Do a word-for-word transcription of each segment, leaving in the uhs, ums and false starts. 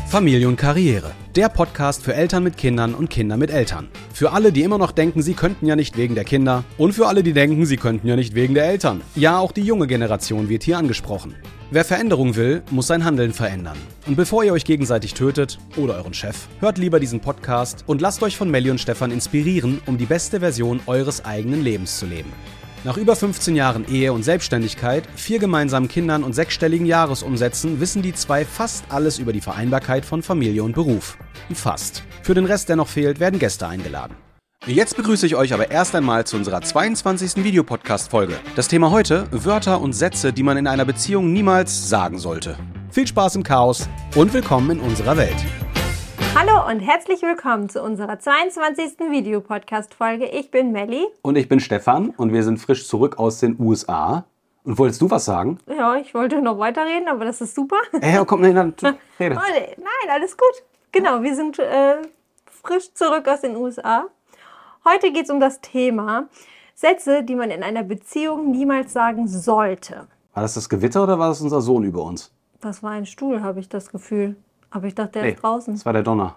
Familie und Karriere, der Podcast für Eltern mit Kindern und Kinder mit Eltern. Für alle, die immer noch denken, sie könnten ja nicht wegen der Kinder. Und für alle, die denken, sie könnten ja nicht wegen der Eltern. Ja, auch die junge Generation wird hier angesprochen. Wer Veränderung will, muss sein Handeln verändern. Und bevor ihr euch gegenseitig tötet oder euren Chef, hört lieber diesen Podcast und lasst euch von Melli und Stefan inspirieren, um die beste Version eures eigenen Lebens zu leben. Nach über fünfzehn Jahren Ehe und Selbstständigkeit, vier gemeinsamen Kindern und sechsstelligen Jahresumsätzen wissen die zwei fast alles über die Vereinbarkeit von Familie und Beruf. Fast. Für den Rest, der noch fehlt, werden Gäste eingeladen. Jetzt begrüße ich euch aber erst einmal zu unserer zweiundzwanzigsten Videopodcast-Folge. Das Thema heute: Wörter und Sätze, die man in einer Beziehung niemals sagen sollte. Viel Spaß im Chaos und willkommen in unserer Welt. Hallo und herzlich willkommen zu unserer zweiundzwanzigsten Videopodcast-Folge. Ich bin Melli. Und ich bin Stefan und wir sind frisch zurück aus den U S A. Und wolltest du was sagen? Ja, ich wollte noch weiterreden, aber das ist super. Ja, komm, nein, nein, rede. Nein, alles gut. Genau, wir sind äh, frisch zurück aus den U S A. Heute geht es um das Thema Sätze, die man in einer Beziehung niemals sagen sollte. War das das Gewitter oder war das unser Sohn über uns? Das war ein Stuhl, habe ich das Gefühl. Aber ich dachte, der hey, ist draußen. Das war der Donner.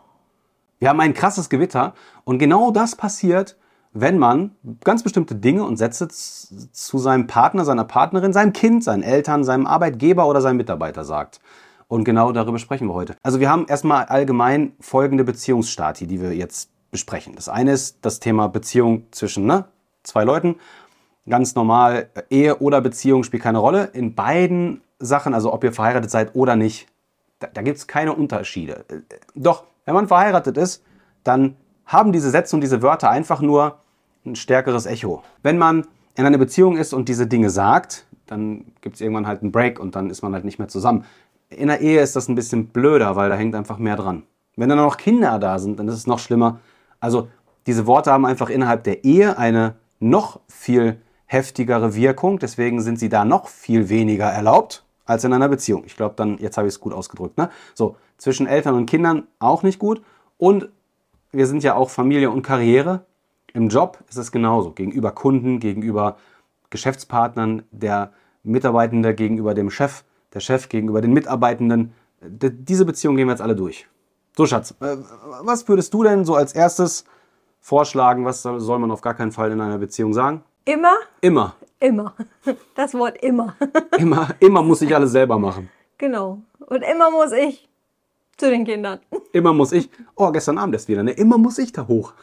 Wir haben ein krasses Gewitter und genau das passiert, wenn man ganz bestimmte Dinge und Sätze zu seinem Partner, seiner Partnerin, seinem Kind, seinen Eltern, seinem Arbeitgeber oder seinem Mitarbeiter sagt. Und genau darüber sprechen wir heute. Also wir haben erstmal allgemein folgende Beziehungsstati, die wir jetzt besprechen. Das eine ist das Thema Beziehung zwischen ne, zwei Leuten. Ganz normal, Ehe oder Beziehung spielt keine Rolle. In beiden Sachen, also ob ihr verheiratet seid oder nicht, da, da gibt es keine Unterschiede. Doch, wenn man verheiratet ist, dann haben diese Sätze und diese Wörter einfach nur ein stärkeres Echo. Wenn man in einer Beziehung ist und diese Dinge sagt, dann gibt es irgendwann halt einen Break und dann ist man halt nicht mehr zusammen. In der Ehe ist das ein bisschen blöder, weil da hängt einfach mehr dran. Wenn dann noch Kinder da sind, dann ist es noch schlimmer. Also diese Worte haben einfach innerhalb der Ehe eine noch viel heftigere Wirkung. Deswegen sind sie da noch viel weniger erlaubt als in einer Beziehung. Ich glaube, dann jetzt habe ich es gut ausgedrückt. Ne? So, zwischen Eltern und Kindern auch nicht gut. Und wir sind ja auch Familie und Karriere. Im Job ist es genauso. Gegenüber Kunden, gegenüber Geschäftspartnern, der Mitarbeitende gegenüber dem Chef, der Chef gegenüber den Mitarbeitenden. Diese Beziehung gehen wir jetzt alle durch. So, Schatz, was würdest du denn so als erstes vorschlagen? Was soll man auf gar keinen Fall in einer Beziehung sagen? Immer? Immer. Immer. Das Wort immer. Immer, immer muss ich alles selber machen. Genau. Und immer muss ich zu den Kindern. Immer muss ich. Oh, gestern Abend erst wieder, ne? Immer muss ich da hoch.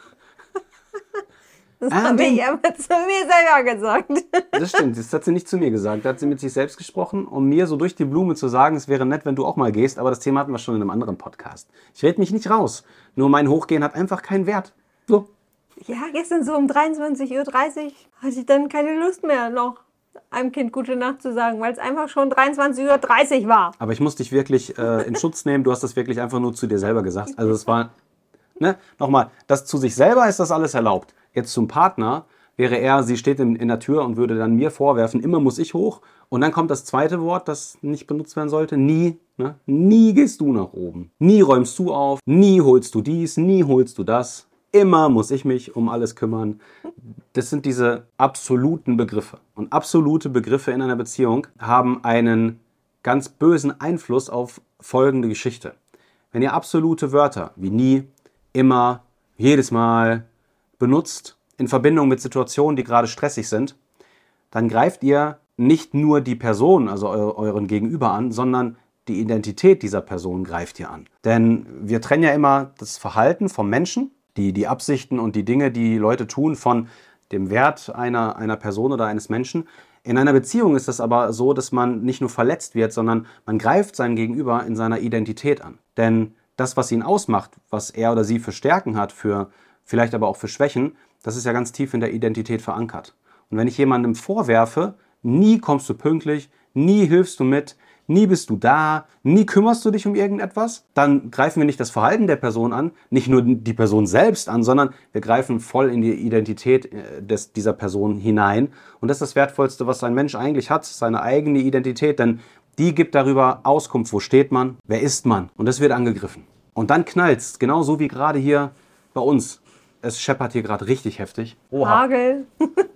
Das ah, habe ich aber zu mir selber gesagt. Das stimmt, das hat sie nicht zu mir gesagt. Da hat sie mit sich selbst gesprochen, um mir so durch die Blume zu sagen, es wäre nett, wenn du auch mal gehst. Aber das Thema hatten wir schon in einem anderen Podcast. Ich rede mich nicht raus. Nur mein Hochgehen hat einfach keinen Wert. So. Ja, gestern so um dreiundzwanzig Uhr dreißig hatte ich dann keine Lust mehr, noch einem Kind gute Nacht zu sagen, weil es einfach schon dreiundzwanzig Uhr dreißig war. Aber ich muss dich wirklich äh, in Schutz nehmen. Du hast das wirklich einfach nur zu dir selber gesagt. Also es war, ne, nochmal, das zu sich selber ist das alles erlaubt. Jetzt zum Partner wäre er, sie steht in, in der Tür und würde dann mir vorwerfen, immer muss ich hoch. Und dann kommt das zweite Wort, das nicht benutzt werden sollte, nie. Ne? Nie gehst du nach oben. Nie räumst du auf. Nie holst du dies. Nie holst du das. Immer muss ich mich um alles kümmern. Das sind diese absoluten Begriffe. Und absolute Begriffe in einer Beziehung haben einen ganz bösen Einfluss auf folgende Geschichte. Wenn ihr absolute Wörter wie nie, immer, jedes Mal benutzt in Verbindung mit Situationen, die gerade stressig sind, dann greift ihr nicht nur die Person, also euren Gegenüber an, sondern die Identität dieser Person greift ihr an. Denn wir trennen ja immer das Verhalten vom Menschen, die, die Absichten und die Dinge, die Leute tun, von dem Wert einer, einer Person oder eines Menschen. In einer Beziehung ist es aber so, dass man nicht nur verletzt wird, sondern man greift sein Gegenüber in seiner Identität an. Denn das, was ihn ausmacht, was er oder sie für Stärken hat, für vielleicht aber auch für Schwächen, das ist ja ganz tief in der Identität verankert. Und wenn ich jemandem vorwerfe, nie kommst du pünktlich, nie hilfst du mit, nie bist du da, nie kümmerst du dich um irgendetwas, dann greifen wir nicht das Verhalten der Person an, nicht nur die Person selbst an, sondern wir greifen voll in die Identität des, dieser Person hinein. Und das ist das Wertvollste, was ein Mensch eigentlich hat, seine eigene Identität, denn die gibt darüber Auskunft, wo steht man, wer ist man. Und das wird angegriffen. Und dann knallt's, genauso wie gerade hier bei uns. Es scheppert hier gerade richtig heftig. Oha. Hagel.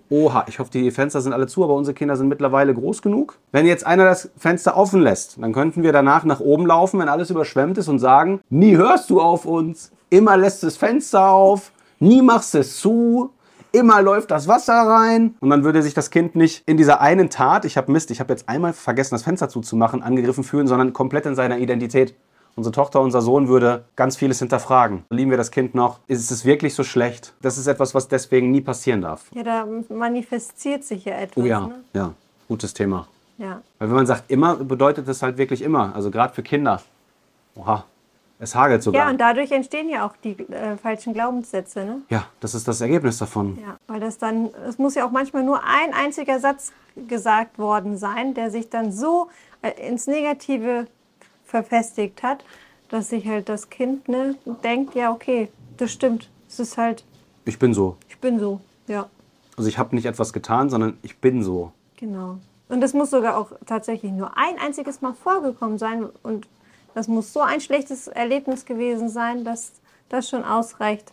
Oha, ich hoffe, die Fenster sind alle zu, aber unsere Kinder sind mittlerweile groß genug. Wenn jetzt einer das Fenster offen lässt, dann könnten wir danach nach oben laufen, wenn alles überschwemmt ist und sagen, nie hörst du auf uns, immer lässt das Fenster auf, nie machst es zu, immer läuft das Wasser rein. Und dann würde sich das Kind nicht in dieser einen Tat, ich habe Mist, ich habe jetzt einmal vergessen, das Fenster zuzumachen, angegriffen fühlen, sondern komplett in seiner Identität. Unsere Tochter, unser Sohn würde ganz vieles hinterfragen. Lieben wir das Kind noch? Ist es wirklich so schlecht? Das ist etwas, was deswegen nie passieren darf. Ja, da manifestiert sich ja etwas. Oh ja, ne? ja, gutes Thema. Ja. Weil wenn man sagt immer, bedeutet das halt wirklich immer. Also gerade für Kinder. Oha, es hagelt sogar. Ja, und dadurch entstehen ja auch die äh, falschen Glaubenssätze, ne? Ja, das ist das Ergebnis davon. Ja, weil das dann, es muss ja auch manchmal nur ein einziger Satz gesagt worden sein, der sich dann so äh, ins Negative verfestigt hat, dass sich halt das Kind ne, denkt, ja okay, das stimmt, es ist halt, Ich bin so. ich bin so, ja, Also ich habe nicht etwas getan, sondern ich bin so. genau. Und das muss sogar auch tatsächlich nur ein einziges Mal vorgekommen sein und das muss so ein schlechtes Erlebnis gewesen sein, dass das schon ausreicht,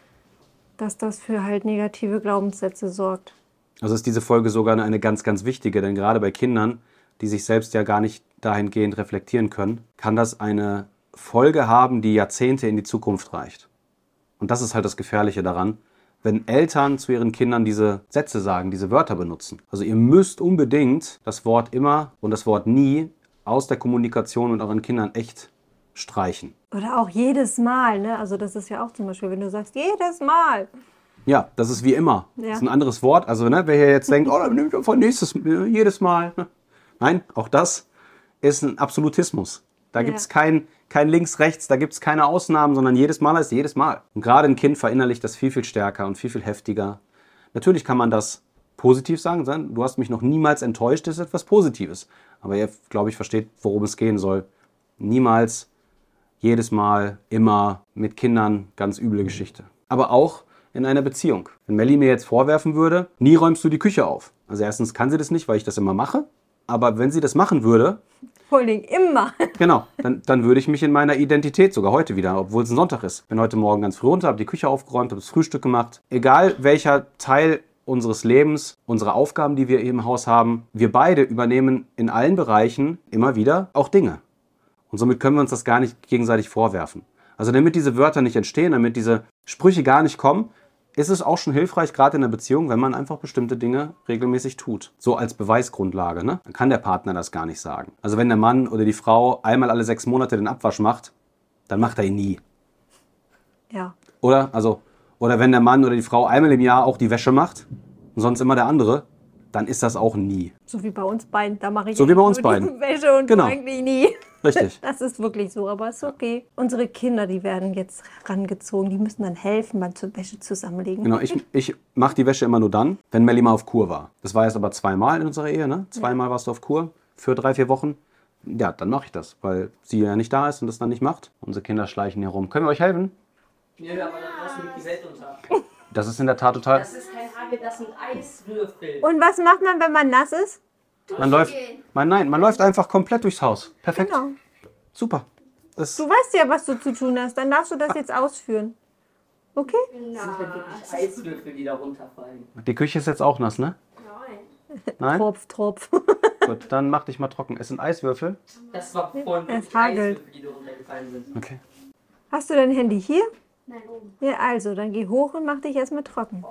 dass das für halt negative Glaubenssätze sorgt. Also ist diese Folge sogar eine ganz, ganz wichtige, denn gerade bei Kindern, die sich selbst ja gar nicht dahingehend reflektieren können, kann das eine Folge haben, die Jahrzehnte in die Zukunft reicht. Und das ist halt das Gefährliche daran, wenn Eltern zu ihren Kindern diese Sätze sagen, diese Wörter benutzen. Also ihr müsst unbedingt das Wort immer und das Wort nie aus der Kommunikation mit euren Kindern echt streichen. Oder auch jedes Mal, ne? Also das ist ja auch zum Beispiel, wenn du sagst, jedes Mal. Ja, das ist wie immer. Ja. Das ist ein anderes Wort. Also ne, wer hier jetzt denkt, oh, dann nehme ich einfach nächstes, jedes Mal. Nein, auch das ist ein Absolutismus. Da Ja. gibt es kein, kein Links, Rechts, da gibt es keine Ausnahmen, sondern jedes Mal ist jedes Mal. Und gerade ein Kind verinnerlicht das viel, viel stärker und viel, viel heftiger. Natürlich kann man das positiv sagen. Du hast mich noch niemals enttäuscht, das ist etwas Positives. Aber ihr, glaube ich, versteht, worum es gehen soll. Niemals, jedes Mal, immer, mit Kindern, ganz üble Geschichte. Aber auch in einer Beziehung. Wenn Melli mir jetzt vorwerfen würde, nie räumst du die Küche auf. Also erstens kann sie das nicht, weil ich das immer mache. Aber wenn sie das machen würde, Vor allem immer. genau, dann, dann würde ich mich in meiner Identität, sogar heute wieder, obwohl es ein Sonntag ist. Bin heute Morgen ganz früh runter, habe die Küche aufgeräumt, habe das Frühstück gemacht. Egal welcher Teil unseres Lebens, unsere Aufgaben, die wir im Haus haben, wir beide übernehmen in allen Bereichen immer wieder auch Dinge. Und somit können wir uns das gar nicht gegenseitig vorwerfen. Also damit diese Wörter nicht entstehen, damit diese Sprüche gar nicht kommen, ist es auch schon hilfreich, gerade in einer Beziehung, wenn man einfach bestimmte Dinge regelmäßig tut. So als Beweisgrundlage, ne? Dann kann der Partner das gar nicht sagen. Also wenn der Mann oder die Frau einmal alle sechs Monate den Abwasch macht, dann macht er ihn nie. Ja. Oder? Also, oder wenn der Mann oder die Frau einmal im Jahr auch die Wäsche macht und sonst immer der andere, dann ist das auch nie. So wie bei uns beiden. Da mache ich So wie bei uns nur beiden. die Wäsche und Genau. du eigentlich nie. Richtig. Das ist wirklich so, aber ist okay. Unsere Kinder, die werden jetzt rangezogen. Die müssen dann helfen beim zur Wäsche zusammenlegen. Genau, ich, ich mache die Wäsche immer nur dann, wenn Melli mal auf Kur war. Das war jetzt aber zweimal in unserer Ehe, ne? Zweimal warst du auf Kur für drei, vier Wochen. Ja, dann mache ich das, weil sie ja nicht da ist und das dann nicht macht. Unsere Kinder schleichen hier rum. Können wir euch helfen? Nö, aber da draußen liegt die Welt unter. Das ist in der Tat total... Das ist kein Hagel, das sind Eiswürfel. Und was macht man, wenn man nass ist? Man läuft, man, nein, man läuft einfach komplett durchs Haus. Perfekt. Genau. Super. Das, Du weißt ja, was du zu tun hast. Dann darfst du das jetzt ausführen. Okay? Das sind halt wirklich Eiswürfel, die da runterfallen. die Küche ist jetzt auch nass, ne? Nein? Tropf, Tropf. Gut, dann mach dich mal trocken. Es sind Eiswürfel. Das war von Es hagelt. Eiswürfel, die da runtergefallen sind. Okay. Hast du dein Handy hier? Nein, oben. Ja, also, dann geh hoch und mach dich erstmal trocken.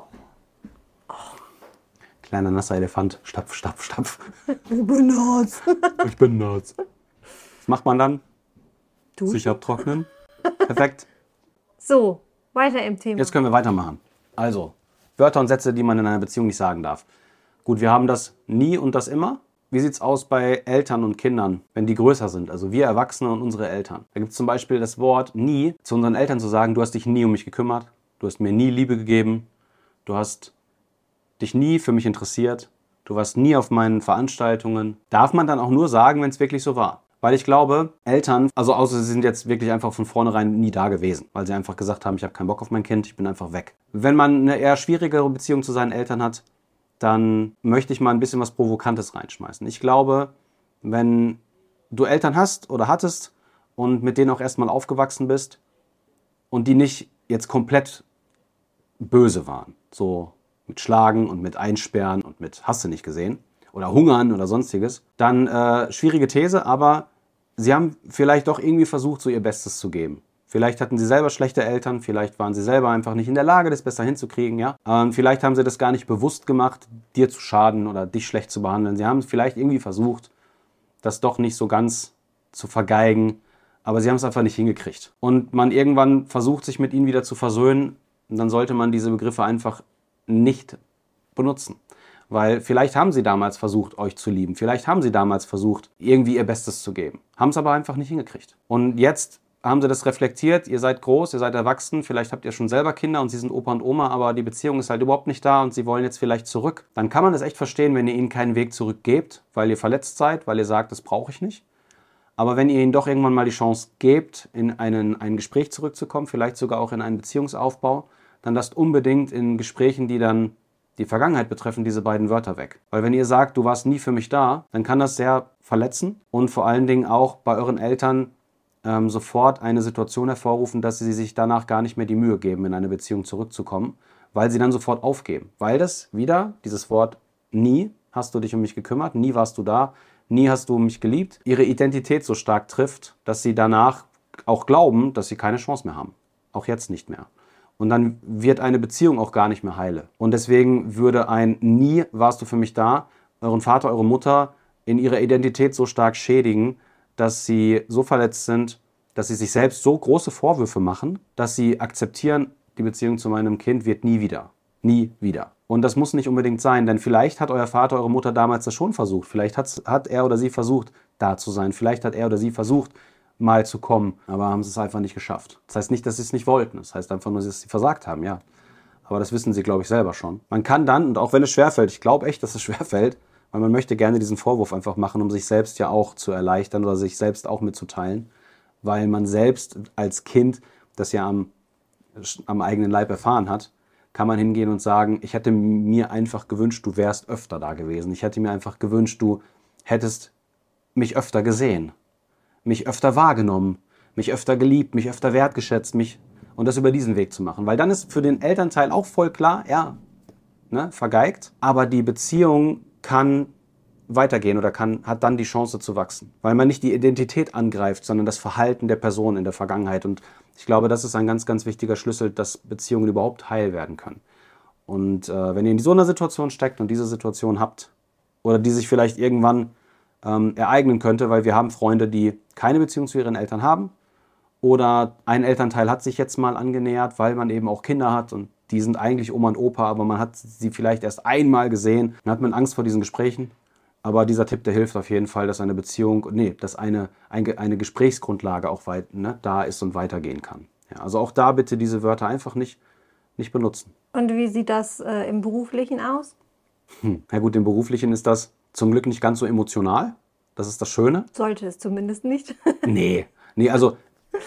Kleiner nasser Elefant. Stapf, stapf, stapf. Ich bin nass. Ich bin nass. Was macht man dann? Duschen. Sich abtrocknen. Perfekt. So, weiter im Thema. Jetzt können wir weitermachen. Also, Wörter und Sätze, die man in einer Beziehung nicht sagen darf. Gut, wir haben das nie und das immer. Wie sieht es aus bei Eltern und Kindern, wenn die größer sind? Also wir Erwachsene und unsere Eltern. Da gibt es zum Beispiel das Wort nie, zu unseren Eltern zu sagen, du hast dich nie um mich gekümmert, du hast mir nie Liebe gegeben, du hast dich nie für mich interessiert, du warst nie auf meinen Veranstaltungen. Darf man dann auch nur sagen, wenn es wirklich so war. Weil ich glaube, Eltern, also außer sie sind jetzt wirklich einfach von vornherein nie da gewesen, weil sie einfach gesagt haben, ich habe keinen Bock auf mein Kind, ich bin einfach weg. Wenn man eine eher schwierigere Beziehung zu seinen Eltern hat, dann möchte ich mal ein bisschen was Provokantes reinschmeißen. Ich glaube, wenn du Eltern hast oder hattest und mit denen auch erstmal aufgewachsen bist und die nicht jetzt komplett böse waren, so mit Schlagen und mit Einsperren und mit hast du nicht gesehen oder Hungern oder sonstiges, dann äh, schwierige These, aber sie haben vielleicht doch irgendwie versucht, so ihr Bestes zu geben. Vielleicht hatten sie selber schlechte Eltern, vielleicht waren sie selber einfach nicht in der Lage, das besser hinzukriegen, ja. Ähm, vielleicht haben sie das gar nicht bewusst gemacht, dir zu schaden oder dich schlecht zu behandeln. Sie haben vielleicht irgendwie versucht, das doch nicht so ganz zu vergeigen, aber sie haben es einfach nicht hingekriegt. Und man irgendwann versucht, sich mit ihnen wieder zu versöhnen, dann sollte man diese Begriffe einfach nicht benutzen. Weil vielleicht haben sie damals versucht, euch zu lieben. Vielleicht haben sie damals versucht, irgendwie ihr Bestes zu geben. Haben es aber einfach nicht hingekriegt. Und jetzt haben sie das reflektiert, ihr seid groß, ihr seid erwachsen, vielleicht habt ihr schon selber Kinder und sie sind Opa und Oma, aber die Beziehung ist halt überhaupt nicht da und sie wollen jetzt vielleicht zurück. Dann kann man das echt verstehen, wenn ihr ihnen keinen Weg zurückgebt, weil ihr verletzt seid, weil ihr sagt, das brauche ich nicht. Aber wenn ihr ihnen doch irgendwann mal die Chance gebt, in einen, ein Gespräch zurückzukommen, vielleicht sogar auch in einen Beziehungsaufbau, dann lasst unbedingt in Gesprächen, die dann die Vergangenheit betreffen, diese beiden Wörter weg. Weil wenn ihr sagt, du warst nie für mich da, dann kann das sehr verletzen und vor allen Dingen auch bei euren Eltern ähm, sofort eine Situation hervorrufen, dass sie sich danach gar nicht mehr die Mühe geben, in eine Beziehung zurückzukommen, weil sie dann sofort aufgeben. Weil das wieder, dieses Wort nie, hast du dich um mich gekümmert, nie warst du da, nie hast du mich geliebt, ihre Identität so stark trifft, dass sie danach auch glauben, dass sie keine Chance mehr haben. Auch jetzt nicht mehr. Und dann wird eine Beziehung auch gar nicht mehr heile. Und deswegen würde ein nie warst du für mich da, euren Vater, eure Mutter in ihrer Identität so stark schädigen, dass sie so verletzt sind, dass sie sich selbst so große Vorwürfe machen, dass sie akzeptieren, die Beziehung zu meinem Kind wird nie wieder. Nie wieder. Und das muss nicht unbedingt sein, denn vielleicht hat euer Vater, eure Mutter damals das schon versucht. Vielleicht hat, hat er oder sie versucht, da zu sein. Vielleicht hat er oder sie versucht, mal zu kommen, aber haben sie es einfach nicht geschafft. Das heißt nicht, dass sie es nicht wollten. Das heißt einfach nur, dass sie versagt haben, ja. Aber das wissen sie, glaube ich, selber schon. Man kann dann, und auch wenn es schwerfällt, ich glaube echt, dass es schwerfällt, weil man möchte gerne diesen Vorwurf einfach machen, um sich selbst ja auch zu erleichtern oder sich selbst auch mitzuteilen, weil man selbst als Kind das ja am, am eigenen Leib erfahren hat, kann man hingehen und sagen, ich hätte mir einfach gewünscht, du wärst öfter da gewesen. Ich hätte mir einfach gewünscht, du hättest mich öfter gesehen, mich öfter wahrgenommen, mich öfter geliebt, mich öfter wertgeschätzt, mich und das über diesen Weg zu machen. Weil dann ist für den Elternteil auch voll klar, ja, ne, vergeigt, aber die Beziehung kann weitergehen oder kann, hat dann die Chance zu wachsen. Weil man nicht die Identität angreift, sondern das Verhalten der Person in der Vergangenheit. Und ich glaube, das ist ein ganz, ganz wichtiger Schlüssel, dass Beziehungen überhaupt heil werden können. Und äh, wenn ihr in so einer Situation steckt und diese Situation habt oder die sich vielleicht irgendwann ähm, ereignen könnte, weil wir haben Freunde, die keine Beziehung zu ihren Eltern haben oder ein Elternteil hat sich jetzt mal angenähert, weil man eben auch Kinder hat und die sind eigentlich Oma und Opa, aber man hat sie vielleicht erst einmal gesehen. Dann hat man Angst vor diesen Gesprächen. Aber dieser Tipp, der hilft auf jeden Fall, dass eine Beziehung, nee, dass eine, eine, eine Gesprächsgrundlage auch weit, ne, da ist und weitergehen kann. Ja, also auch da bitte diese Wörter einfach nicht, nicht benutzen. Und wie sieht das äh, im Beruflichen aus? Hm. Ja gut, im Beruflichen ist das zum Glück nicht ganz so emotional. Das ist das Schöne. Sollte es zumindest nicht. Nee, nee, also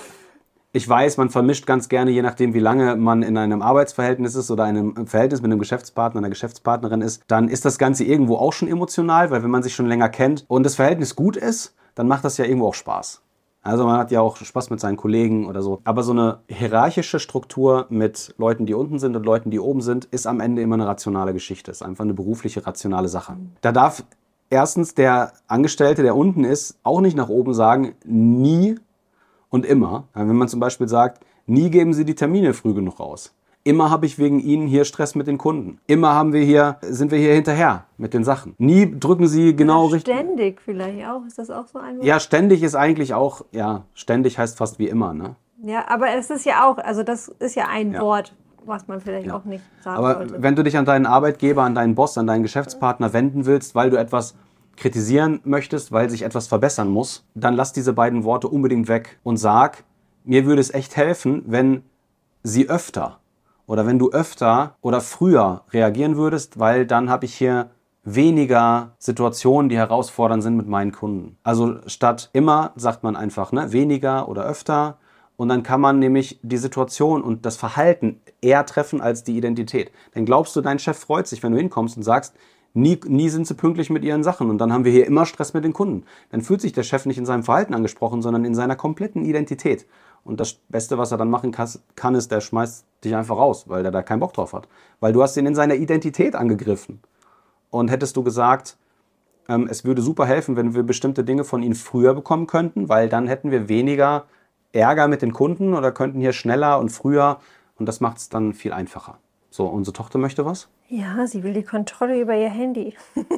ich weiß, man vermischt ganz gerne, je nachdem, wie lange man in einem Arbeitsverhältnis ist oder einem Verhältnis mit einem Geschäftspartner, einer Geschäftspartnerin ist, dann ist das Ganze irgendwo auch schon emotional, weil wenn man sich schon länger kennt und das Verhältnis gut ist, dann macht das ja irgendwo auch Spaß. Also man hat ja auch Spaß mit seinen Kollegen oder so. Aber so eine hierarchische Struktur mit Leuten, die unten sind und Leuten, die oben sind, ist am Ende immer eine rationale Geschichte. Ist einfach eine berufliche, rationale Sache. Da darf erstens der Angestellte, der unten ist, auch nicht nach oben sagen, nie und immer. Wenn man zum Beispiel sagt, nie geben Sie die Termine früh genug raus. Immer habe ich wegen Ihnen hier Stress mit den Kunden. Immer haben wir hier, sind wir hier hinterher mit den Sachen. Nie drücken Sie genau richtig. Ständig vielleicht auch. Ist das auch so ein Wort? Ja, ständig ist eigentlich auch, ja, ständig heißt fast wie immer, ne? Ja, aber es ist ja auch, also das ist ja ein Ja. Wort, was man vielleicht Ja. auch nicht sagen Aber sollte. wenn du dich an deinen Arbeitgeber, an deinen Boss, an deinen Geschäftspartner wenden willst, weil du etwas kritisieren möchtest, weil sich etwas verbessern muss, dann lass diese beiden Worte unbedingt weg und sag, mir würde es echt helfen, wenn sie öfter oder wenn du öfter oder früher reagieren würdest, weil dann habe ich hier weniger Situationen, die herausfordernd sind mit meinen Kunden. Also statt immer sagt man einfach, ne, weniger oder öfter und dann kann man nämlich die Situation und das Verhalten eher treffen als die Identität. Dann glaubst du, dein Chef freut sich, wenn du hinkommst und sagst, Nie, nie sind sie pünktlich mit ihren Sachen und dann haben wir hier immer Stress mit den Kunden. Dann fühlt sich der Chef nicht in seinem Verhalten angesprochen, sondern in seiner kompletten Identität. Und das Beste, was er dann machen kann, ist, der schmeißt dich einfach raus, weil der da keinen Bock drauf hat. Weil du hast ihn in seiner Identität angegriffen. Und hättest du gesagt, ähm, es würde super helfen, wenn wir bestimmte Dinge von ihm früher bekommen könnten, weil dann hätten wir weniger Ärger mit den Kunden oder könnten hier schneller und früher. Und das macht es dann viel einfacher. So, unsere Tochter möchte was? Ja, sie will die Kontrolle über ihr Handy.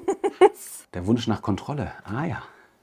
Der Wunsch nach Kontrolle. Ah ja.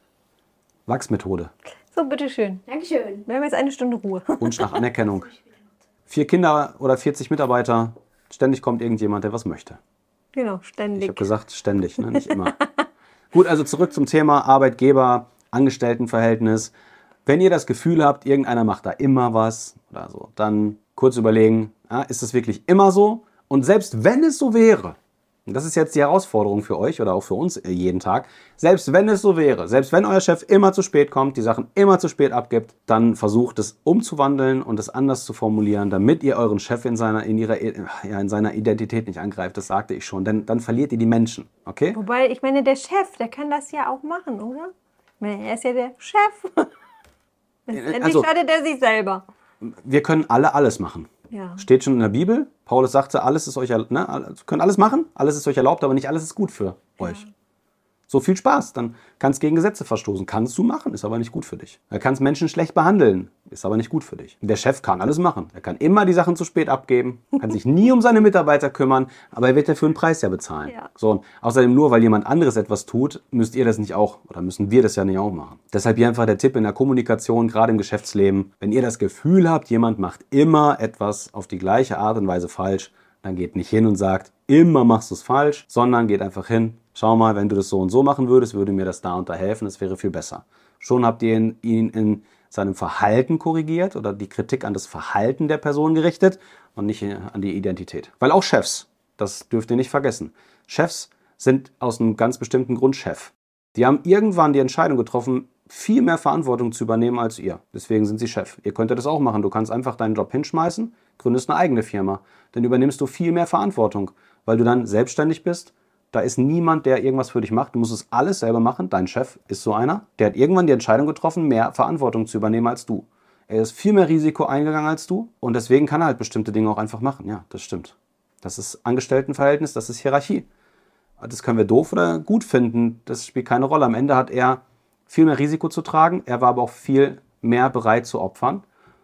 Wachsmethode. So, bitteschön. Dankeschön. Wir haben jetzt eine Stunde Ruhe. Wunsch nach Anerkennung. Vier Kinder oder vierzig Mitarbeiter. Ständig kommt irgendjemand, der was möchte. Genau, Ich ständig. habe gesagt, ständig, ne? Nicht immer. Gut, also zurück zum Thema Arbeitgeber, Angestelltenverhältnis. Wenn ihr das Gefühl habt, irgendeiner macht da immer was oder so, dann kurz überlegen, ja, ist es wirklich immer so? Und selbst wenn es so wäre, und das ist jetzt die Herausforderung für euch oder auch für uns jeden Tag, selbst wenn es so wäre, selbst wenn euer Chef immer zu spät kommt, die Sachen immer zu spät abgibt, dann versucht es umzuwandeln und es anders zu formulieren, damit ihr euren Chef in seiner, in ihrer, ja, in seiner Identität nicht angreift. Das sagte ich schon, denn dann verliert ihr die Menschen, okay? Wobei, ich meine, der Chef, der kann das ja auch machen, oder? Ich meine, er ist ja der Chef. Letztendlich Also- schadet er sich selber. Wir können alle alles machen. Ja. Steht schon in der Bibel. Paulus sagte, alles ist euch, erl- ne, alle- könnt alles machen, alles ist euch erlaubt, aber nicht alles ist gut für euch. So viel Spaß, dann kannst gegen Gesetze verstoßen. Kannst du machen, ist aber nicht gut für dich. Er kann Menschen schlecht behandeln, ist aber nicht gut für dich. Der Chef kann alles machen. Er kann immer die Sachen zu spät abgeben, kann sich nie um seine Mitarbeiter kümmern, aber er wird dafür einen Preis ja bezahlen. Ja. So, und außerdem nur, weil jemand anderes etwas tut, müsst ihr das nicht auch, oder müssen wir das ja nicht auch machen. Deshalb hier einfach der Tipp in der Kommunikation, gerade im Geschäftsleben. Wenn ihr das Gefühl habt, jemand macht immer etwas auf die gleiche Art und Weise falsch, dann geht nicht hin und sagt, immer machst du es falsch, sondern geht einfach hin, schau mal, wenn du das so und so machen würdest, würde mir das da und da helfen, es wäre viel besser. Schon habt ihr ihn, ihn in seinem Verhalten korrigiert oder die Kritik an das Verhalten der Person gerichtet und nicht an die Identität. Weil auch Chefs, das dürft ihr nicht vergessen, Chefs sind aus einem ganz bestimmten Grund Chef. Die haben irgendwann die Entscheidung getroffen, viel mehr Verantwortung zu übernehmen als ihr. Deswegen sind sie Chef. Ihr könntet das auch machen. Du kannst einfach deinen Job hinschmeißen, gründest eine eigene Firma. Dann übernimmst du viel mehr Verantwortung, weil du dann selbstständig bist. Da ist niemand, der irgendwas für dich macht. Du musst es alles selber machen. Dein Chef ist so einer. Der hat irgendwann die Entscheidung getroffen, mehr Verantwortung zu übernehmen als du. Er ist viel mehr Risiko eingegangen als du und deswegen kann er halt bestimmte Dinge auch einfach machen. Ja, das stimmt. Das ist Angestelltenverhältnis, das ist Hierarchie. Das können wir doof oder gut finden. Das spielt keine Rolle. Am Ende hat er viel mehr Risiko zu tragen. Er war aber auch viel mehr bereit zu opfern.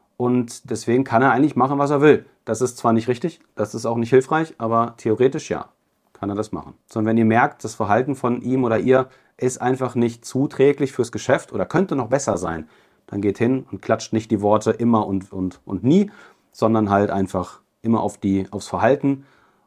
Und deswegen kann er eigentlich machen, was er will. Das ist zwar nicht richtig, das ist auch nicht hilfreich, aber theoretisch ja, kann er das machen. Sondern wenn ihr merkt, das Verhalten von ihm oder ihr ist einfach nicht zuträglich fürs Geschäft oder könnte noch besser sein, dann geht hin und klatscht nicht die Worte immer und, und, und nie, sondern halt einfach immer auf die, aufs Verhalten.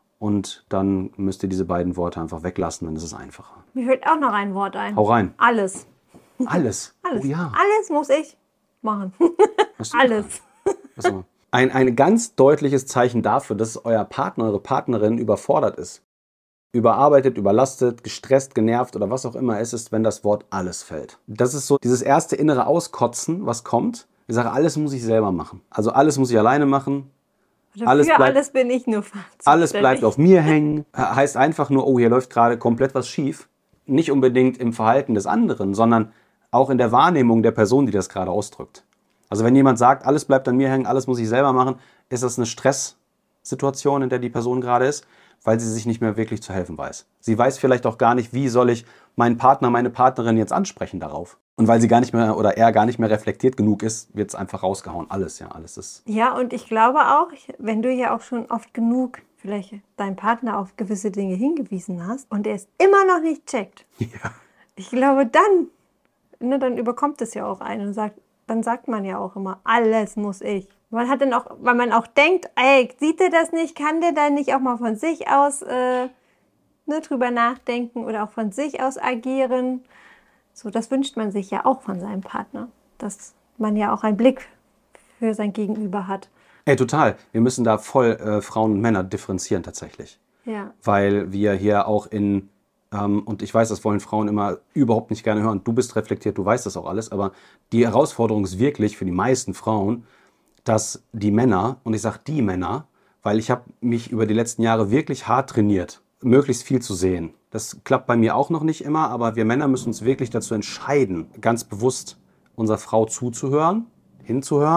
Und dann müsst ihr diese beiden Worte einfach weglassen, dann ist es einfacher. Mir fällt auch noch ein Wort ein. Hau rein. Alles. Alles. Alles. Oh ja. Alles muss ich machen. Was du- Alles. Also, ein, ein ganz deutliches Zeichen dafür, dass euer Partner, eure Partnerin überfordert ist, überarbeitet, überlastet, gestresst, genervt oder was auch immer es ist, wenn das Wort alles fällt. Das ist so dieses erste innere Auskotzen, was kommt. Ich sage, alles muss ich selber machen. Also alles muss ich alleine machen. Dafür Alles alles, bleibt- alles bin ich nur zuständig. Alles bleibt auf mir hängen. Heißt einfach nur, oh, hier läuft gerade komplett was schief. Nicht unbedingt im Verhalten des anderen, sondern auch in der Wahrnehmung der Person, die das gerade ausdrückt. Also wenn jemand sagt, alles bleibt an mir hängen, alles muss ich selber machen, ist das eine Stresssituation, in der die Person gerade ist, weil sie sich nicht mehr wirklich zu helfen weiß. Sie weiß vielleicht auch gar nicht, wie soll ich meinen Partner, meine Partnerin jetzt ansprechen darauf. Und weil sie gar nicht mehr oder er gar nicht mehr reflektiert genug ist, wird es einfach rausgehauen. Alles, ja, alles ist. Ja, und ich glaube auch, ich- wenn du ja auch schon oft genug vielleicht deinen Partner auf gewisse Dinge hingewiesen hast und er es immer noch nicht checkt, Ja. ich glaube, dann, ne, dann überkommt es ja auch einen und sagt, dann sagt man ja auch immer, alles muss ich. Man hat dann auch, weil man auch denkt, ey, sieht er das nicht, kann der dann nicht auch mal von sich aus äh, ne, drüber nachdenken oder auch von sich aus agieren? So, das wünscht man sich ja auch von seinem Partner, dass man ja auch einen Blick für sein Gegenüber hat. Ey, total. Wir müssen da voll äh, Frauen und Männer differenzieren tatsächlich. Ja. Weil wir hier auch in, ähm, und ich weiß, das wollen Frauen immer überhaupt nicht gerne hören, du bist reflektiert, du weißt das auch alles, aber die Herausforderung ist wirklich für die meisten Frauen, dass die Männer, und ich sage die Männer, weil ich habe mich über die letzten Jahre wirklich hart trainiert, möglichst viel zu sehen. Das klappt bei mir auch noch nicht immer, aber wir Männer müssen uns wirklich dazu entscheiden, ganz bewusst unserer Frau zuzuhören, hinzuhören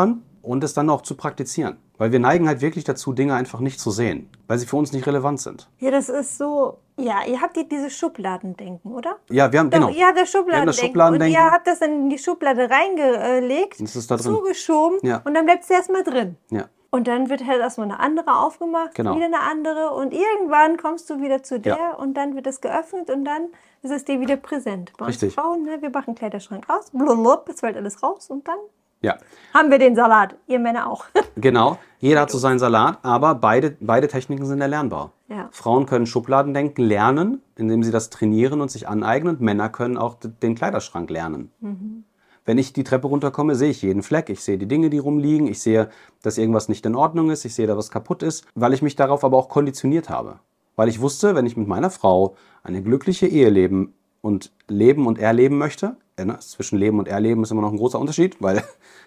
und es dann auch zu praktizieren. Weil wir neigen halt wirklich dazu, Dinge einfach nicht zu sehen, weil sie für uns nicht relevant sind. Ja, das ist so, ja, ihr habt die, diese Schubladendenken, oder? Ja, wir haben, Doch, genau. ihr habt das Schubladendenken, das Schubladendenken. und ihr habt das dann in die Schublade reingelegt, Das ist da drin. zugeschoben Ja. und dann bleibt es erstmal drin. Ja, Und dann wird halt erstmal eine andere aufgemacht, Genau. wieder eine andere und irgendwann kommst du wieder zu der Ja. und dann wird es geöffnet und dann ist es dir wieder präsent. Bei uns Richtig. Frauen, ne, wir machen den Kleiderschrank aus, blub, es fällt alles raus und dann ja. haben wir den Salat. Ihr Männer auch. Genau, jeder hat so seinen Salat, aber beide, beide Techniken sind erlernbar. Ja. Frauen können Schubladendenken lernen, indem sie das trainieren und sich aneignen. Und Männer können auch d- den Kleiderschrank lernen. Mhm. Wenn ich die Treppe runterkomme, sehe ich jeden Fleck. Ich sehe die Dinge, die rumliegen. Ich sehe, dass irgendwas nicht in Ordnung ist. Ich sehe, da was kaputt ist, weil ich mich darauf aber auch konditioniert habe. Weil ich wusste, wenn ich mit meiner Frau eine glückliche Ehe leben und leben und erleben möchte, äh, ne, zwischen Leben und Erleben ist immer noch ein großer Unterschied, weil,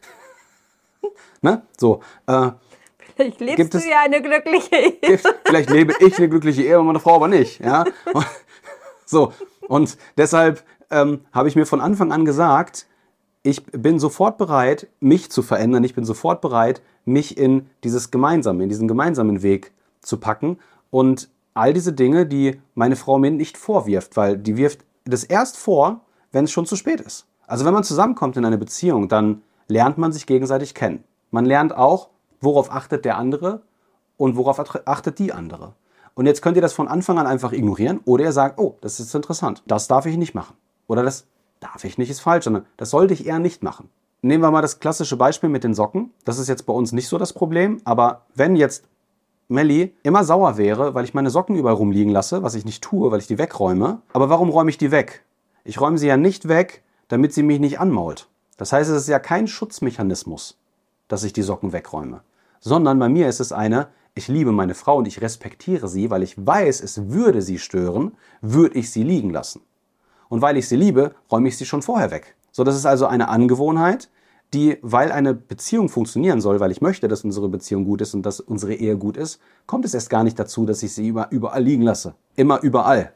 ne, so, äh, Vielleicht lebst Gibt du es- ja eine glückliche Ehe. gibt, vielleicht lebe ich eine glückliche Ehe und meine Frau aber nicht, ja. Und, so, und deshalb ähm, habe ich mir von Anfang an gesagt, ich bin sofort bereit, mich zu verändern. Ich bin sofort bereit, mich in dieses Gemeinsame, in diesen gemeinsamen Weg zu packen. Und all diese Dinge, die meine Frau mir nicht vorwirft, weil die wirft das erst vor, wenn es schon zu spät ist. Also wenn man zusammenkommt in eine Beziehung, dann lernt man sich gegenseitig kennen. Man lernt auch, worauf achtet der andere und worauf achtet die andere. Und jetzt könnt ihr das von Anfang an einfach ignorieren oder ihr sagt, oh, das ist interessant, das darf ich nicht machen. Oder das darf ich nicht, ist falsch, sondern das sollte ich eher nicht machen. Nehmen wir mal das klassische Beispiel mit den Socken. Das ist jetzt bei uns nicht so das Problem, aber wenn jetzt Melli immer sauer wäre, weil ich meine Socken überall rumliegen lasse, was ich nicht tue, weil ich die wegräume, aber warum räume ich die weg? Ich räume sie ja nicht weg, damit sie mich nicht anmault. Das heißt, es ist ja kein Schutzmechanismus, dass ich die Socken wegräume, sondern bei mir ist es eine, ich liebe meine Frau und ich respektiere sie, weil ich weiß, es würde sie stören, würde ich sie liegen lassen. Und weil ich sie liebe, räume ich sie schon vorher weg. So, das ist also eine Angewohnheit, die, weil eine Beziehung funktionieren soll, weil ich möchte, dass unsere Beziehung gut ist und dass unsere Ehe gut ist, kommt es erst gar nicht dazu, dass ich sie über, überall liegen lasse. Immer überall.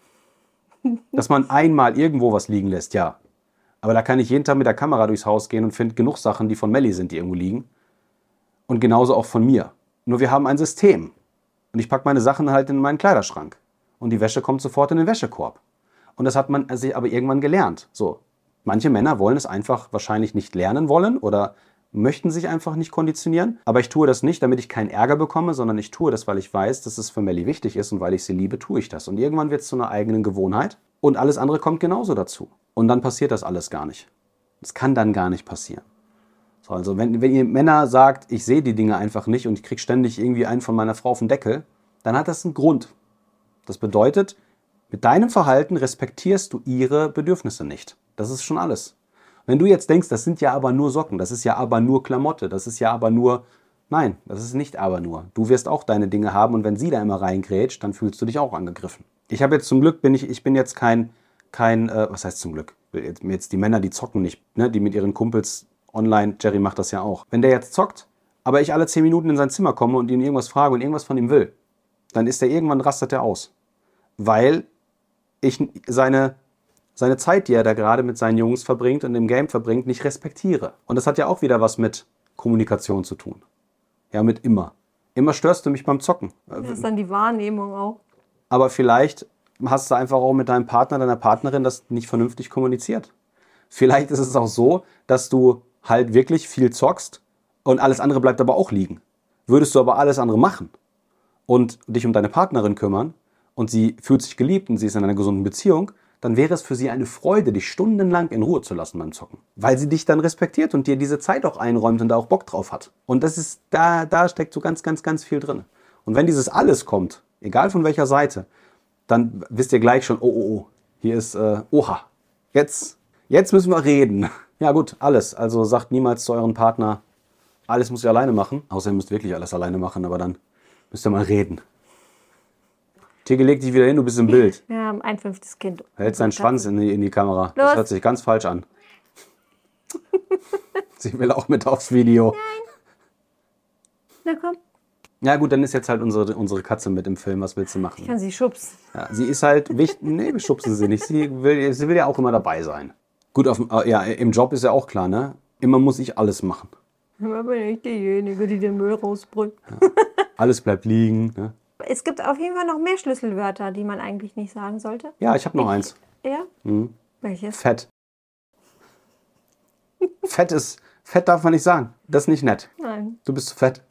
Dass man einmal irgendwo was liegen lässt, ja. Aber da kann ich jeden Tag mit der Kamera durchs Haus gehen und finde genug Sachen, die von Melli sind, die irgendwo liegen. Und genauso auch von mir. Nur wir haben ein System. Und ich packe meine Sachen halt in meinen Kleiderschrank. Und die Wäsche kommt sofort in den Wäschekorb. Und das hat man sich aber irgendwann gelernt. So. Manche Männer wollen es einfach wahrscheinlich nicht lernen wollen oder möchten sich einfach nicht konditionieren. Aber ich tue das nicht, damit ich keinen Ärger bekomme, sondern ich tue das, weil ich weiß, dass es für Melli wichtig ist und weil ich sie liebe, tue ich das. Und irgendwann wird es zu einer eigenen Gewohnheit und alles andere kommt genauso dazu. Und dann passiert das alles gar nicht. Das kann dann gar nicht passieren. So, also wenn, wenn ihr Männer sagt, ich sehe die Dinge einfach nicht und ich kriege ständig irgendwie einen von meiner Frau auf den Deckel, dann hat das einen Grund. Das bedeutet, mit deinem Verhalten respektierst du ihre Bedürfnisse nicht. Das ist schon alles. Wenn du jetzt denkst, das sind ja aber nur Socken, das ist ja aber nur Klamotte, das ist ja aber nur... Nein, das ist nicht aber nur. Du wirst auch deine Dinge haben und wenn sie da immer reingrätscht, dann fühlst du dich auch angegriffen. Ich habe jetzt zum Glück, bin ich, ich bin jetzt kein, kein äh, was heißt zum Glück? Jetzt, jetzt die Männer, die zocken nicht, ne? Die mit ihren Kumpels online, Jerry macht das ja auch. Wenn der jetzt zockt, aber ich alle zehn Minuten in sein Zimmer komme und ihn irgendwas frage und irgendwas von ihm will, dann ist der irgendwann, rastet er aus. Weil ich seine... seine Zeit, die er da gerade mit seinen Jungs verbringt und im Game verbringt, nicht respektiere. Und das hat ja auch wieder was mit Kommunikation zu tun. Ja, mit immer. Immer störst du mich beim Zocken. Das ist dann die Wahrnehmung auch. Aber vielleicht hast du einfach auch mit deinem Partner, deiner Partnerin das nicht vernünftig kommuniziert. Vielleicht ist es auch so, dass du halt wirklich viel zockst und alles andere bleibt aber auch liegen. Würdest du aber alles andere machen und dich um deine Partnerin kümmern und sie fühlt sich geliebt und sie ist in einer gesunden Beziehung, dann wäre es für sie eine Freude, dich stundenlang in Ruhe zu lassen beim Zocken. Weil sie dich dann respektiert und dir diese Zeit auch einräumt und da auch Bock drauf hat. Und das ist, da, da steckt so ganz, ganz, ganz viel drin. Und wenn dieses alles kommt, egal von welcher Seite, dann wisst ihr gleich schon, oh, oh, oh, hier ist, äh, oha, jetzt, jetzt müssen wir reden. Ja gut, alles. Also sagt niemals zu euren Partner, alles müsst ihr alleine machen. Außer ihr müsst wirklich alles alleine machen, aber dann müsst ihr mal reden. Tigge, leg dich wieder hin, du bist im Bild. Ja, ein fünftes Kind. Hältst deinen Schwanz in die, in die Kamera. Das Los. hört sich ganz falsch an. Sie will auch mit aufs Video. Na komm, Ja gut, dann ist jetzt halt unsere, unsere Katze mit im Film. Was willst du ich machen? kann sie schubsen. Ja, sie ist halt wichtig. Nee, wir schubsen sie nicht. Sie will, sie will ja auch immer dabei sein. Gut, auf, dem- äh, ja, im Job ist ja auch klar, ne? Immer muss ich alles machen. Immer bin ich diejenige, die den Müll rausbringt. Ja. Alles bleibt liegen. Ne? Es gibt auf jeden Fall noch mehr Schlüsselwörter, die man eigentlich nicht sagen sollte. Ja, ich habe noch Ich- eins. Ja? Mhm. Welches? Fett. Fett ist, Fett darf man nicht sagen. Das ist nicht nett. Nein. Du bist zu fett.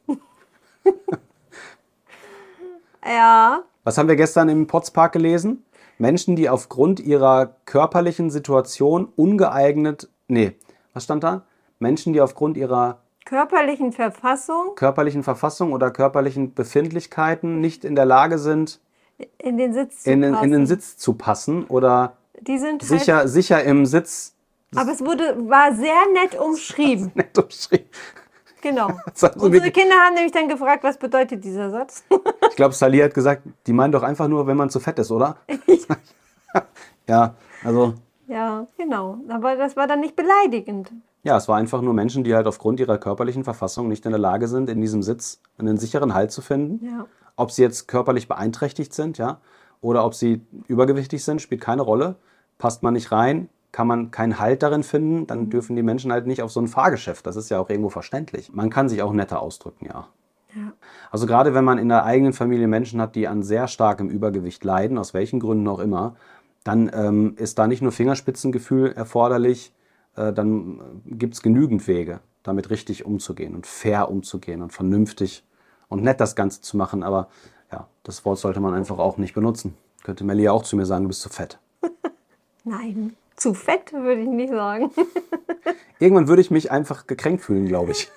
Ja. Was haben wir gestern im Potspark gelesen? Menschen, die aufgrund ihrer körperlichen Situation ungeeignet, nee, was stand da? Menschen, die aufgrund ihrer Körperlichen Verfassung körperlichen Verfassung oder körperlichen Befindlichkeiten nicht in der Lage sind, in den Sitz zu in den, passen. in den Sitz zu passen oder Die sind halt, sicher, sicher im Sitz. aber es wurde, war sehr nett umschrieben. Nett umschrieben. Genau. Das haben sie Unsere mir- Kinder haben nämlich dann gefragt, was bedeutet dieser Satz? Ich glaube, Sally hat gesagt, die meinen doch einfach nur, wenn man zu fett ist, oder? Ja, also, Ja, genau. Aber das war dann nicht beleidigend. ja, es war einfach nur Menschen, die halt aufgrund ihrer körperlichen Verfassung nicht in der Lage sind, in diesem Sitz einen sicheren Halt zu finden. Ja. Ob sie jetzt körperlich beeinträchtigt sind, ja, oder ob sie übergewichtig sind, spielt keine Rolle. Passt man nicht rein, kann man keinen Halt darin finden, dann dürfen die Menschen halt nicht auf so ein Fahrgeschäft. Das ist ja auch irgendwo verständlich. Man kann sich auch netter ausdrücken, ja. Ja. Also gerade wenn man in der eigenen Familie Menschen hat, die an sehr starkem Übergewicht leiden, aus welchen Gründen auch immer, dann ähm, ist da nicht nur Fingerspitzengefühl erforderlich, äh, dann gibt es genügend Wege, damit richtig umzugehen und fair umzugehen und vernünftig und nett das Ganze zu machen. Aber ja, das Wort sollte man einfach auch nicht benutzen. Könnte Melli ja auch zu mir sagen, du bist zu fett. Nein, zu fett würde ich nicht sagen. Irgendwann würde ich mich einfach gekränkt fühlen, glaube ich.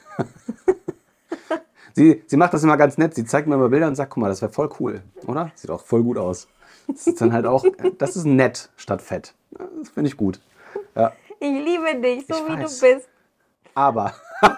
sie, sie macht das immer ganz nett. Sie zeigt mir immer Bilder und sagt, guck mal, das wäre voll cool, oder? Sieht auch voll gut aus. Das ist dann halt auch, das ist nett statt fett. Das finde ich gut. Ja. Ich liebe dich, so Ich wie weiß. du bist. Aber,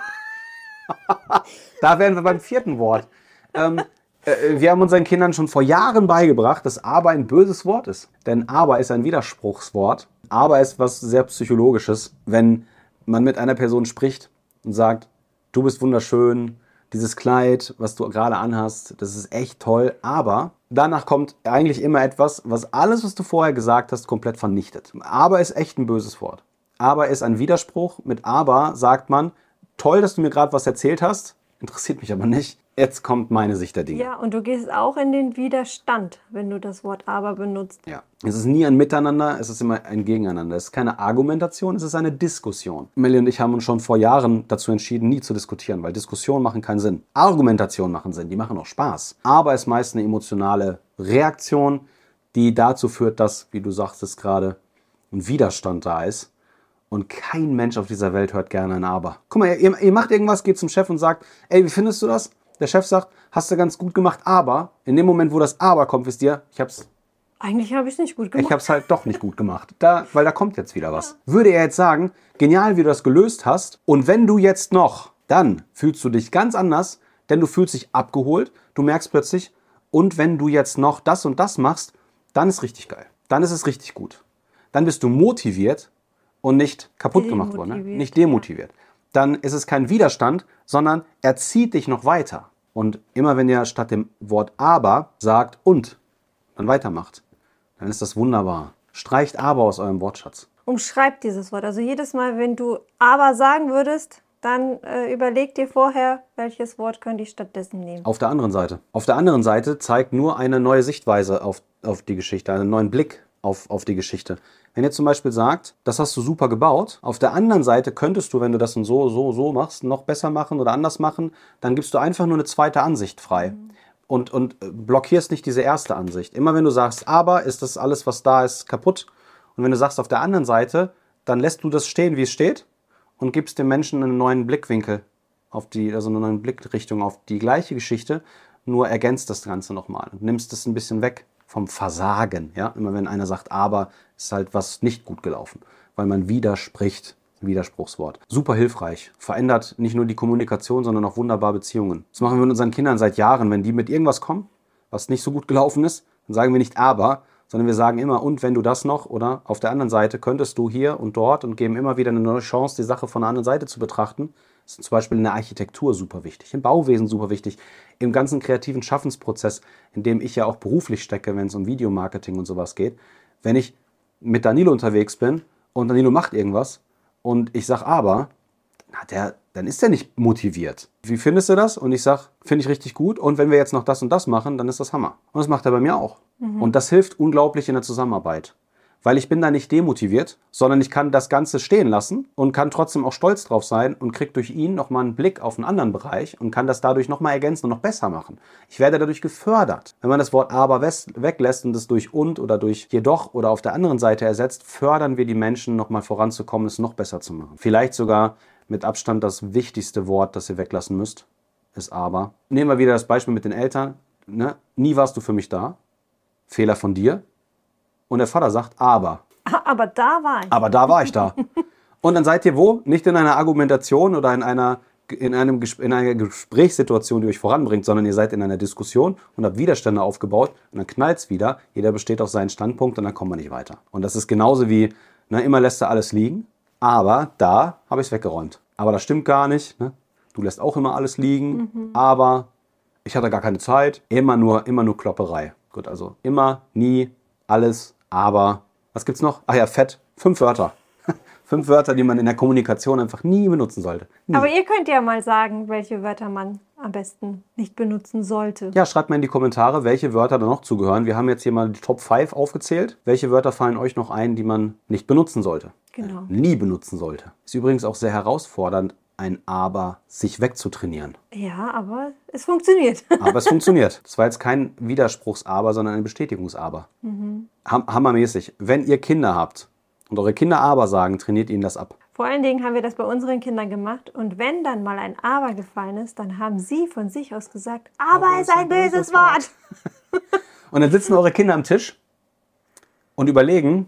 da wären wir beim vierten Wort. Ähm, äh, wir haben unseren Kindern schon vor Jahren beigebracht, dass aber ein böses Wort ist. Denn aber ist ein Widerspruchswort. Aber ist was sehr Psychologisches, wenn man mit einer Person spricht und sagt, du bist wunderschön, dieses Kleid, was du gerade anhast, das ist echt toll. Aber danach kommt eigentlich immer etwas, was alles, was du vorher gesagt hast, komplett vernichtet. Aber ist echt ein böses Wort. Aber ist ein Widerspruch. Mit aber sagt man, toll, dass du mir gerade was erzählt hast, interessiert mich aber nicht. Jetzt kommt meine Sicht der Dinge. Ja, und du gehst auch in den Widerstand, wenn du das Wort aber benutzt. Ja. Es ist nie ein Miteinander, es ist immer ein Gegeneinander. Es ist keine Argumentation, es ist eine Diskussion. Melli und ich haben uns schon vor Jahren dazu entschieden, nie zu diskutieren, weil Diskussionen machen keinen Sinn. Argumentationen machen Sinn, die machen auch Spaß. Aber es ist meist eine emotionale Reaktion, die dazu führt, dass, wie du sagtest gerade, ein Widerstand da ist. Und kein Mensch auf dieser Welt hört gerne ein Aber. Guck mal, ihr, ihr macht irgendwas, geht zum Chef und sagt, ey, wie findest du das? Der Chef sagt, hast du ganz gut gemacht, aber in dem Moment, wo das Aber kommt, wisst ihr, ich hab's, Eigentlich habe ich es nicht gut ich gemacht. hab's halt doch nicht gut gemacht. Da, weil da kommt jetzt wieder was. Würde er jetzt sagen, genial, wie du das gelöst hast, und wenn du jetzt noch, dann fühlst du dich ganz anders, denn du fühlst dich abgeholt, du merkst plötzlich, und wenn du jetzt noch das und das machst, dann ist richtig geil. Dann ist es richtig gut. Dann bist du motiviert und nicht kaputt gemacht worden, ne? Demotiviert, Nicht demotiviert. Dann ist es kein Widerstand, sondern er zieht dich noch weiter. Und immer wenn ihr statt dem Wort aber sagt und, dann weitermacht, dann ist das wunderbar. Streicht aber aus eurem Wortschatz. Umschreib dieses Wort. Also jedes Mal, wenn du aber sagen würdest, dann äh, überleg dir vorher, welches Wort könnte ich stattdessen nehmen. Auf der anderen Seite. Auf der anderen Seite zeigt nur eine neue Sichtweise auf, auf die Geschichte, einen neuen Blick auf, auf die Geschichte. Wenn ihr zum Beispiel sagt, das hast du super gebaut, auf der anderen Seite könntest du, wenn du das so, so, so machst, noch besser machen oder anders machen, dann gibst du einfach nur eine zweite Ansicht frei. Mhm. Und, und blockierst nicht diese erste Ansicht. Immer wenn du sagst, aber ist das alles, was da ist, kaputt. Und wenn du sagst, auf der anderen Seite, dann lässt du das stehen, wie es steht und gibst dem Menschen einen neuen Blickwinkel, auf die, also eine neue Blickrichtung auf die gleiche Geschichte, nur ergänzt das Ganze nochmal und nimmst es ein bisschen weg vom Versagen. Ja? Immer wenn einer sagt, aber, ist halt was nicht gut gelaufen, weil man widerspricht. Widerspruchswort. Super hilfreich. Verändert nicht nur die Kommunikation, sondern auch wunderbar Beziehungen. Das machen wir mit unseren Kindern seit Jahren. Wenn die mit irgendwas kommen, was nicht so gut gelaufen ist, dann sagen wir nicht aber, sondern wir sagen immer, und wenn du das noch, oder auf der anderen Seite könntest du hier und dort, und geben immer wieder eine neue Chance, die Sache von der anderen Seite zu betrachten. Das ist zum Beispiel in der Architektur super wichtig, im Bauwesen super wichtig, im ganzen kreativen Schaffensprozess, in dem ich ja auch beruflich stecke, wenn es um Videomarketing und sowas geht. Wenn ich mit Danilo unterwegs bin und Danilo macht irgendwas, und ich sage aber, na, der, dann ist der nicht motiviert. Wie findest du das? Und ich sage, finde ich richtig gut. Und wenn wir jetzt noch das und das machen, dann ist das Hammer. Und das macht er bei mir auch. Mhm. Und das hilft unglaublich in der Zusammenarbeit. Weil ich bin da nicht demotiviert, sondern ich kann das Ganze stehen lassen und kann trotzdem auch stolz drauf sein und kriege durch ihn nochmal einen Blick auf einen anderen Bereich und kann das dadurch nochmal ergänzen und noch besser machen. Ich werde dadurch gefördert. Wenn man das Wort aber weglässt und das durch und oder durch jedoch oder auf der anderen Seite ersetzt, fördern wir die Menschen nochmal voranzukommen, es noch besser zu machen. Vielleicht sogar mit Abstand das wichtigste Wort, das ihr weglassen müsst, ist aber. Nehmen wir wieder das Beispiel mit den Eltern. Ne? Nie warst du für mich da. Fehler von dir. Und der Vater sagt, aber. Aber da war ich. Aber da war ich da. Und dann seid ihr wo? Nicht in einer Argumentation oder in einer, in einem, in einer Gesprächssituation, die euch voranbringt, sondern ihr seid in einer Diskussion und habt Widerstände aufgebaut und dann knallt es wieder. Jeder besteht auf seinen Standpunkt und dann kommt man nicht weiter. Und das ist genauso wie, na, immer lässt er alles liegen, aber da habe ich es weggeräumt. Aber das stimmt gar nicht. Ne? Du lässt auch immer alles liegen, mhm. aber ich hatte gar keine Zeit. Immer nur, immer nur Klopperei. Gut, also immer, nie, alles. Aber, was gibt's noch? Ach ja, fett. Fünf Wörter. Fünf Wörter, die man in der Kommunikation einfach nie benutzen sollte. Nie. Aber ihr könnt ja mal sagen, welche Wörter man am besten nicht benutzen sollte. Ja, schreibt mal in die Kommentare, welche Wörter da noch zugehören. Wir haben jetzt hier mal die Top fünf aufgezählt. Welche Wörter fallen euch noch ein, die man nicht benutzen sollte? Genau. Äh, nie benutzen sollte. Ist übrigens auch sehr herausfordernd, ein Aber sich wegzutrainieren. Ja, aber es funktioniert. Aber es funktioniert. Das war jetzt kein Widerspruchs-Aber, sondern ein Bestätigungs-Aber. Mhm. Ham- hammermäßig. Wenn ihr Kinder habt und eure Kinder Aber sagen, trainiert ihnen das ab. Vor allen Dingen haben wir das bei unseren Kindern gemacht. Und wenn dann mal ein Aber gefallen ist, dann haben sie von sich aus gesagt, Aber, Aber ist ein böses Wort. Und dann sitzen eure Kinder am Tisch und überlegen,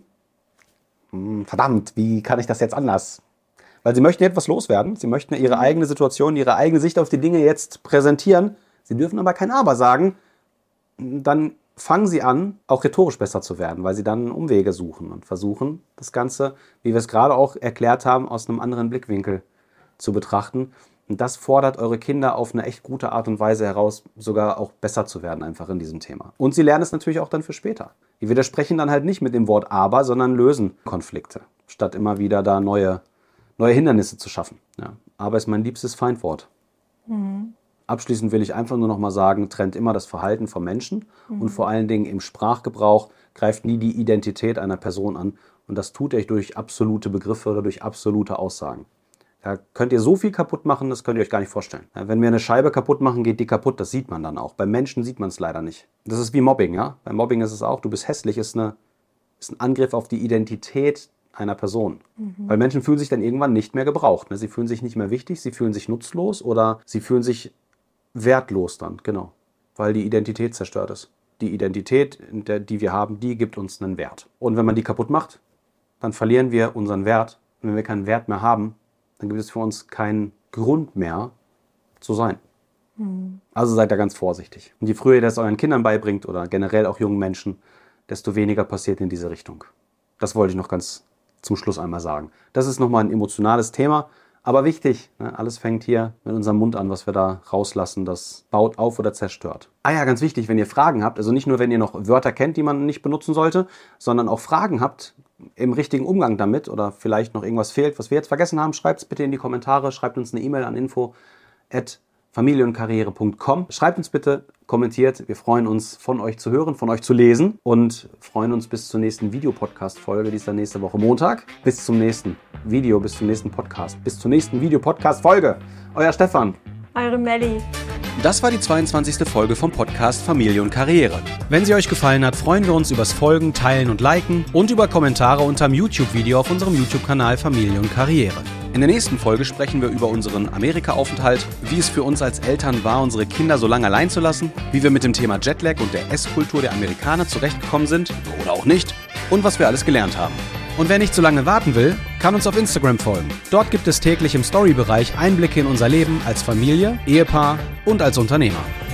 verdammt, wie kann ich das jetzt anders? Weil sie möchten etwas loswerden. Sie möchten ihre eigene Situation, ihre eigene Sicht auf die Dinge jetzt präsentieren. Sie dürfen aber kein Aber sagen. Dann fangen sie an, auch rhetorisch besser zu werden, weil sie dann Umwege suchen und versuchen, das Ganze, wie wir es gerade auch erklärt haben, aus einem anderen Blickwinkel zu betrachten. Und das fordert eure Kinder auf eine echt gute Art und Weise heraus, sogar auch besser zu werden einfach in diesem Thema. Und sie lernen es natürlich auch dann für später. Die widersprechen dann halt nicht mit dem Wort Aber, sondern lösen Konflikte, statt immer wieder da neue neue Hindernisse zu schaffen. Ja. Aber ist mein liebstes Feindwort. Mhm. Abschließend will ich einfach nur noch mal sagen, trennt immer das Verhalten vom Menschen mhm. und vor allen Dingen im Sprachgebrauch greift nie die Identität einer Person an. Und das tut ihr durch absolute Begriffe oder durch absolute Aussagen. Da könnt ihr so viel kaputt machen, das könnt ihr euch gar nicht vorstellen. Ja, wenn wir eine Scheibe kaputt machen, geht die kaputt, das sieht man dann auch. Beim Menschen sieht man es leider nicht. Das ist wie Mobbing. Ja? Beim Mobbing ist es auch, du bist hässlich, ist, eine, ist ein Angriff auf die Identität einer Person. Mhm. Weil Menschen fühlen sich dann irgendwann nicht mehr gebraucht. Ne? Sie fühlen sich nicht mehr wichtig, sie fühlen sich nutzlos oder sie fühlen sich wertlos dann, genau. Weil die Identität zerstört ist. Die Identität, die wir haben, die gibt uns einen Wert. Und wenn man die kaputt macht, dann verlieren wir unseren Wert. Und wenn wir keinen Wert mehr haben, dann gibt es für uns keinen Grund mehr zu sein. Mhm. Also seid da ganz vorsichtig. Und je früher ihr das euren Kindern beibringt oder generell auch jungen Menschen, desto weniger passiert in diese Richtung. Das wollte ich noch ganz zum Schluss einmal sagen. Das ist nochmal ein emotionales Thema, aber wichtig. Ne? Alles fängt hier mit unserem Mund an, was wir da rauslassen. Das baut auf oder zerstört. Ah ja, ganz wichtig, wenn ihr Fragen habt, also nicht nur, wenn ihr noch Wörter kennt, die man nicht benutzen sollte, sondern auch Fragen habt im richtigen Umgang damit oder vielleicht noch irgendwas fehlt, was wir jetzt vergessen haben, schreibt es bitte in die Kommentare, schreibt uns eine E-Mail an info at familienkarriere punkt com. Schreibt uns bitte, kommentiert. Wir freuen uns, von euch zu hören, von euch zu lesen und freuen uns bis zur nächsten Videopodcast-Folge. Die ist dann nächste Woche Montag. Bis zum nächsten Video, bis zum nächsten Podcast, bis zur nächsten Videopodcast-Folge. Euer Stefan. Eure Melli. Das war die zweiundzwanzigste Folge vom Podcast Familie und Karriere. Wenn sie euch gefallen hat, freuen wir uns übers Folgen, Teilen und Liken und über Kommentare unterm YouTube-Video auf unserem YouTube-Kanal Familie und Karriere. In der nächsten Folge sprechen wir über unseren Amerika-Aufenthalt, wie es für uns als Eltern war, unsere Kinder so lange allein zu lassen, wie wir mit dem Thema Jetlag und der Esskultur der Amerikaner zurechtgekommen sind oder auch nicht und was wir alles gelernt haben. Und wer nicht so lange warten will, kann uns auf Instagram folgen. Dort gibt es täglich im Story-Bereich Einblicke in unser Leben als Familie, Ehepaar und als Unternehmer.